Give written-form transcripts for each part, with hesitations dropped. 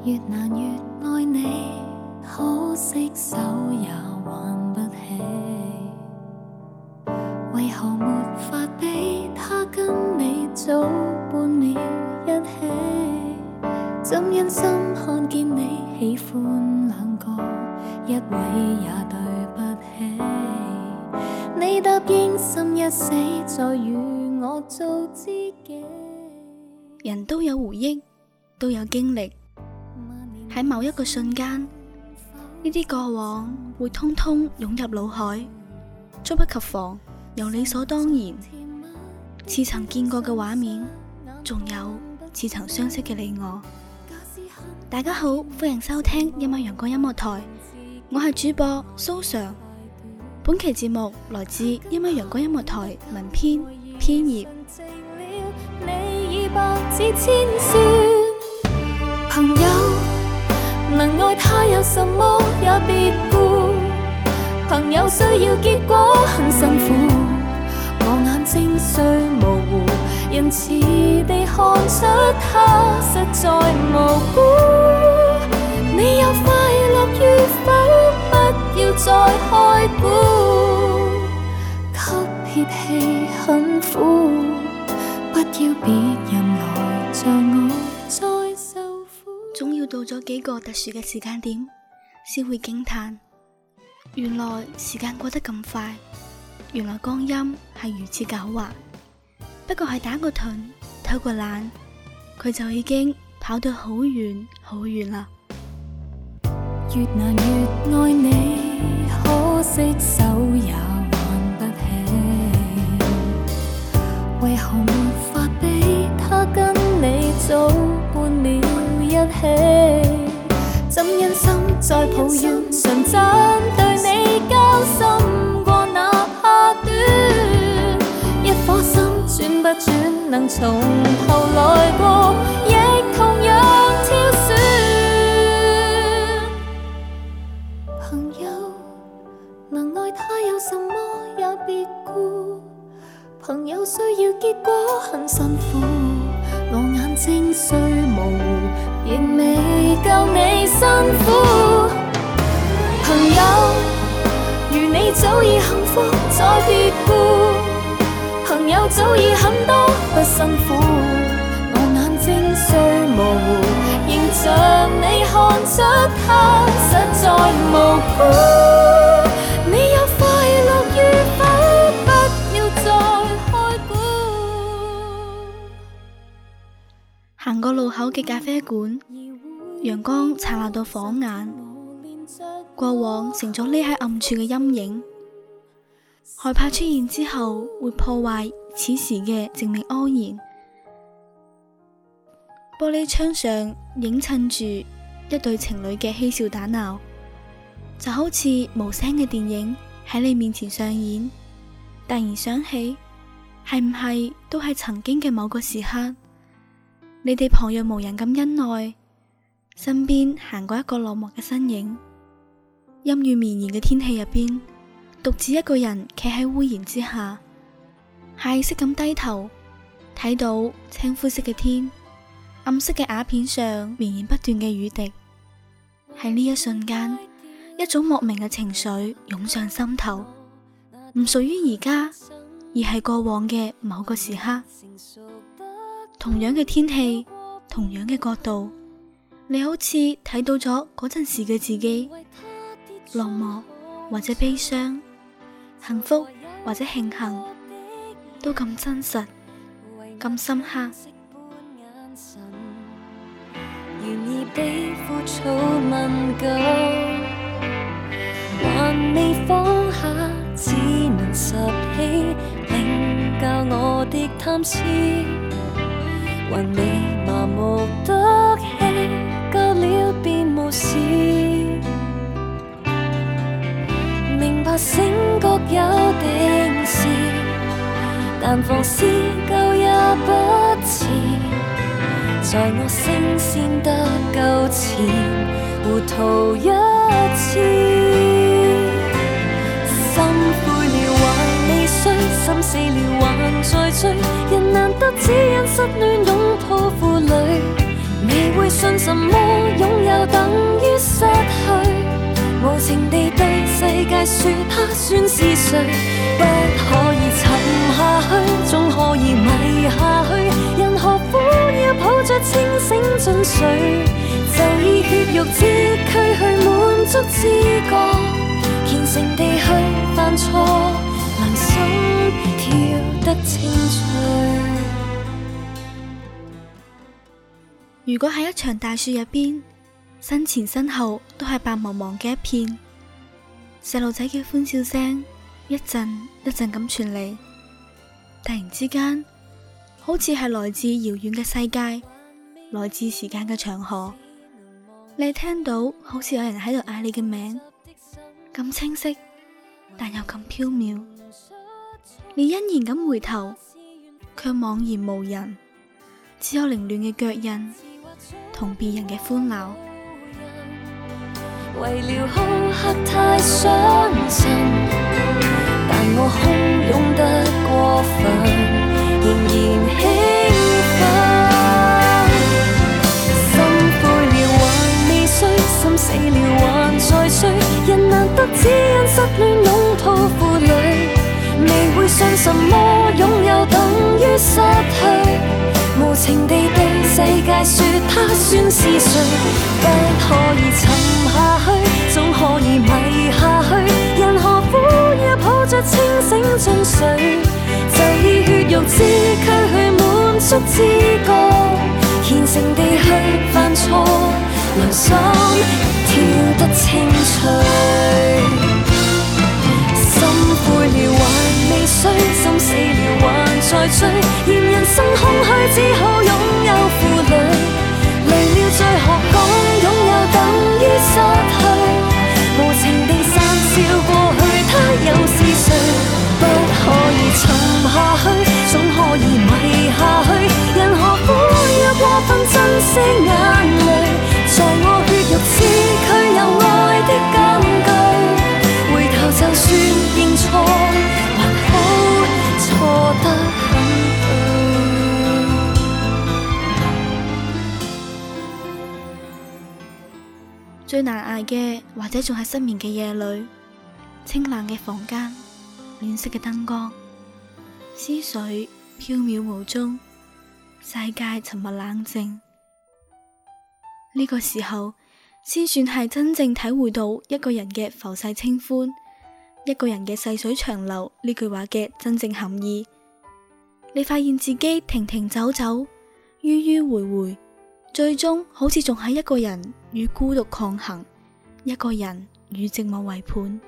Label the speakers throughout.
Speaker 1: 越難越愛你，可惜手也還不起，為何沒法比他跟你早半秒一起？怎忍心看見你喜歡兩個，一位也對不起？你答應心一死，再與我做知己。
Speaker 2: 人都有回憶，都有經歷，喺某一個瞬間，呢啲過往會通通湧入腦海，猝不及防又理所當然，似曾見過嘅畫面，仲有似曾相識嘅你我。大家好，歡迎收聽一米陽光音樂台，我係主播蘇常。本期節目來自一米陽光音樂台文編編頁。
Speaker 1: 你已百字千算，朋友能愛他有什麼也別顧，朋友需要結果很辛苦，我眼睛雖模糊，仁慈地看出他實在無辜。你有快樂與否，不要再開估，給泄氣很苦，不要別人來像我再受苦。
Speaker 2: 總要到咗幾個特殊嘅時間點，先會驚嘆，原來時間過得咁快，原來光陰係如此狡猾。不過係打個盹，偷個懶，佢就已經跑到好遠好遠啦。
Speaker 1: 越難越愛你，可惜手也還不起，為何沒法比他跟你早半秒一起？怎忍心再抱怨，純真對你交心過哪怕短，一顆心轉不轉，能從頭來過，亦同樣挑選。朋友能愛他有什麼也別顧，朋友需要結果很辛苦，我眼睛雖模糊，仍未夠你辛苦。朋友如你早已幸福，再別顧，朋友早已很多不辛苦，我眼睛雖模糊，仍像你看出他實在無辜。你有快樂與否，不要再開估。
Speaker 2: 行過路口嘅咖啡館，陽光燦爛到晃眼，過往成咗匿喺暗處嘅陰影，害怕出現之後會破壞此時嘅靜謐安然。玻璃窗上映襯住一對情侶嘅嬉笑打鬧，就好似無聲嘅電影喺你面前上演。突然想起，係唔係都係曾經嘅某個時刻，你哋旁若無人咁恩愛，身邊行過一個落寞嘅身影。陰雨綿延嘅天氣入邊，獨自一個人企喺屋檐之下，下意識咁低頭，睇到青灰色嘅天，暗色嘅瓦片上綿延不斷嘅雨滴。喺呢一瞬間，一種莫名嘅情緒湧上心頭，唔屬於而家，而係過往嘅某個時刻。同樣嘅天氣，同樣嘅角度，你好似睇到咗嗰陣時嘅自己，落寞或者悲傷，幸福或者慶幸，都咁真實，咁深刻。
Speaker 1: 願意被枯草問夠，還未放下，只能拾起領教我的貪痴，還未麻木得起，夠了便無事。明白醒覺有定時，但放肆夠也不遲，在我升仙得夠前，糊塗一次。心灰了還未睡，心死了還在追，人難得只因失戀擁抱負累，未會信什麼擁有等於失去，無情地對世界說他算是誰，不可以沉下去，總可以迷下去，人何苦要抱着清醒進睡，就以血肉之軀去滿足知覺，虔誠地去犯錯，良心跳得清脆。
Speaker 2: 如果喺一場大雪入邊，身前身後都係白茫茫嘅一片，細路仔嘅歡笑聲一陣一陣咁傳嚟，突然之間好似係來自遙遠嘅世界，來自時間嘅長河，你聽到好似有人喺度嗌你嘅名，咁清晰但又咁飄渺，你欣然咁回頭，卻茫然無人，只有凌亂嘅腳印同別人嘅歡鬧。
Speaker 1: 為了好客太傷神，但我洶湧得過分，仍然興奮。心灰了還未睡，心死了還在睡，人難得只因失戀擁抱負累，未會想什麼擁有等於失去，無情地對世界說他算是誰，不可以沉下去，總可以迷下去，人何苦要抱着清醒進睡，就以血肉之軀去滿足知覺，虔誠地去犯錯，良心跳得清脆。心灰了還未睡，心死了還在追，嫌人生空虛，只好擁有負累，累了再學講擁有等於失去，無情地散笑過去，他又是誰？不可以沉下去，總可以迷下去，人何苦要過分珍惜眼淚，在我血肉之軀有愛的根據，回頭就算認錯，還好錯得很對。
Speaker 2: 最難捱嘅，或者仲係失眠嘅夜裏，清冷嘅房間，暖色嘅燈光，思緒飄渺無蹤，世界沉默冷靜。呢個時候先算係真正體會到一個人嘅浮世清歡，一個人嘅細水長流呢句話嘅真正含義。你發現自己停停走走，迂迂回回，最終好似仲係一個人與孤獨抗衡，一個人與寂寞為伴。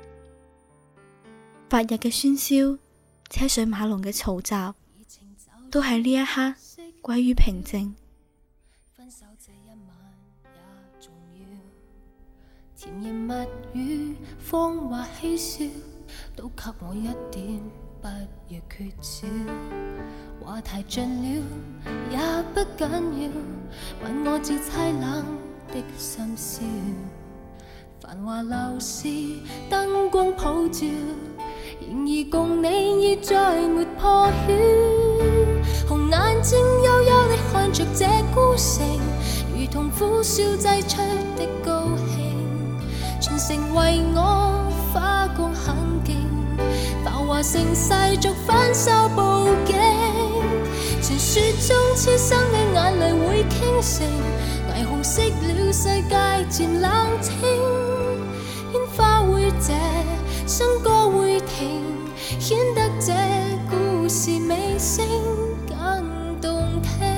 Speaker 2: 白日嘅喧囂，車水馬龍嘅嘈雜，都喺呢一刻歸於平靜。
Speaker 1: 分手這一晚也重要，甜言蜜語謊話嬉笑，都給我一點不若缺少。話題盡了也不緊要，問我自凄冷的深宵。繁華樓市燈光普照，然而共你已再沒破曉。紅眼睛幽幽地看着這孤城，如同苦笑擠出的高興，全城為我花光很勁，繁華盛世俗販售佈景，傳說中痴心嘅眼淚會傾城，霓虹熄了世界漸冷清，煙花會謝，笙歌會停，顯得這故事尾聲更動聽。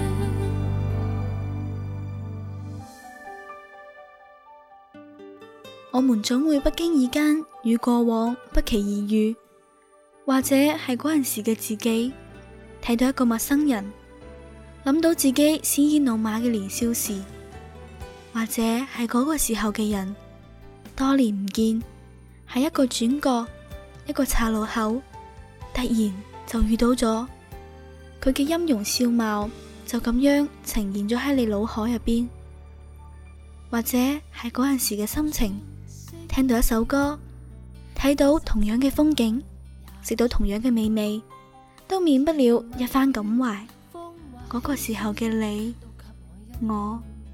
Speaker 2: 我們總會不經意間與過往不期而遇，或者係嗰陣時嘅自己睇到一個陌生人，諗到自己鮮衣怒馬嘅年少時，或者係嗰個時候嘅人，多年唔見，喺一個轉角，一個岔路口，突然就遇到咗佢嘅音容笑貌，就咁樣呈現咗喺你腦海入邊。或者係嗰陣時嘅心情，聽到一首歌，睇到同樣嘅風景，食到同樣嘅美味，都免不了一番感懷。嗰個時候嘅你，我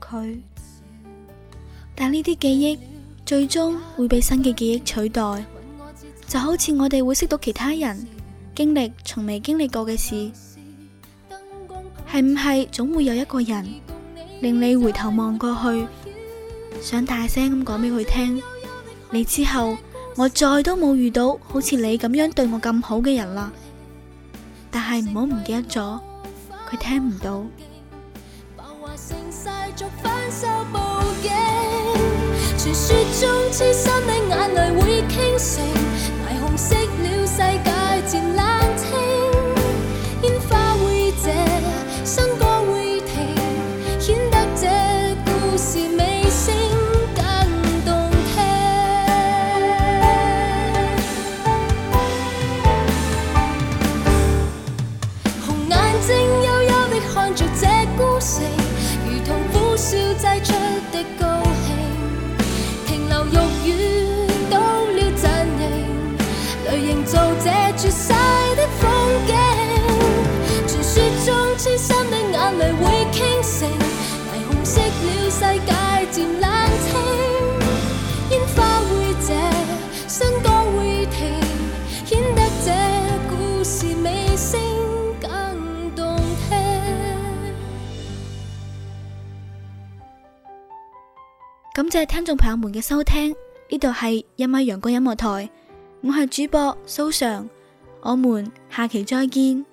Speaker 2: 佢。但呢啲記憶最終會被新嘅記憶取代，就好似我哋會識到其他人，經歷從未經歷過嘅事，係唔係總會有一個人令你回頭望過去，想大聲咁講俾佢聽，你之後我再都冇遇到好似你咁樣對我咁好嘅人啦。但係唔好唔記得咗，佢聽唔到。傳說中痴心的眼淚會傾城，霓虹熄了世界漸冷清，煙花會謝，新歌會停，顯得這故事尾聲更動聽。紅眼睛幽幽地看着這孤城，如同苦笑擠出的高興，停留肉語到了陣營，淚凝做這絕世的風景。傳說中痴心的眼淚會傾城，霓虹熄了世界漸冷清，煙花會謝，新歌會停，顯得這故事尾聲更動聽。感謝聽眾朋友們嘅收聽，呢度係一米陽光音樂台，我係主播蘇常，我們下期再見。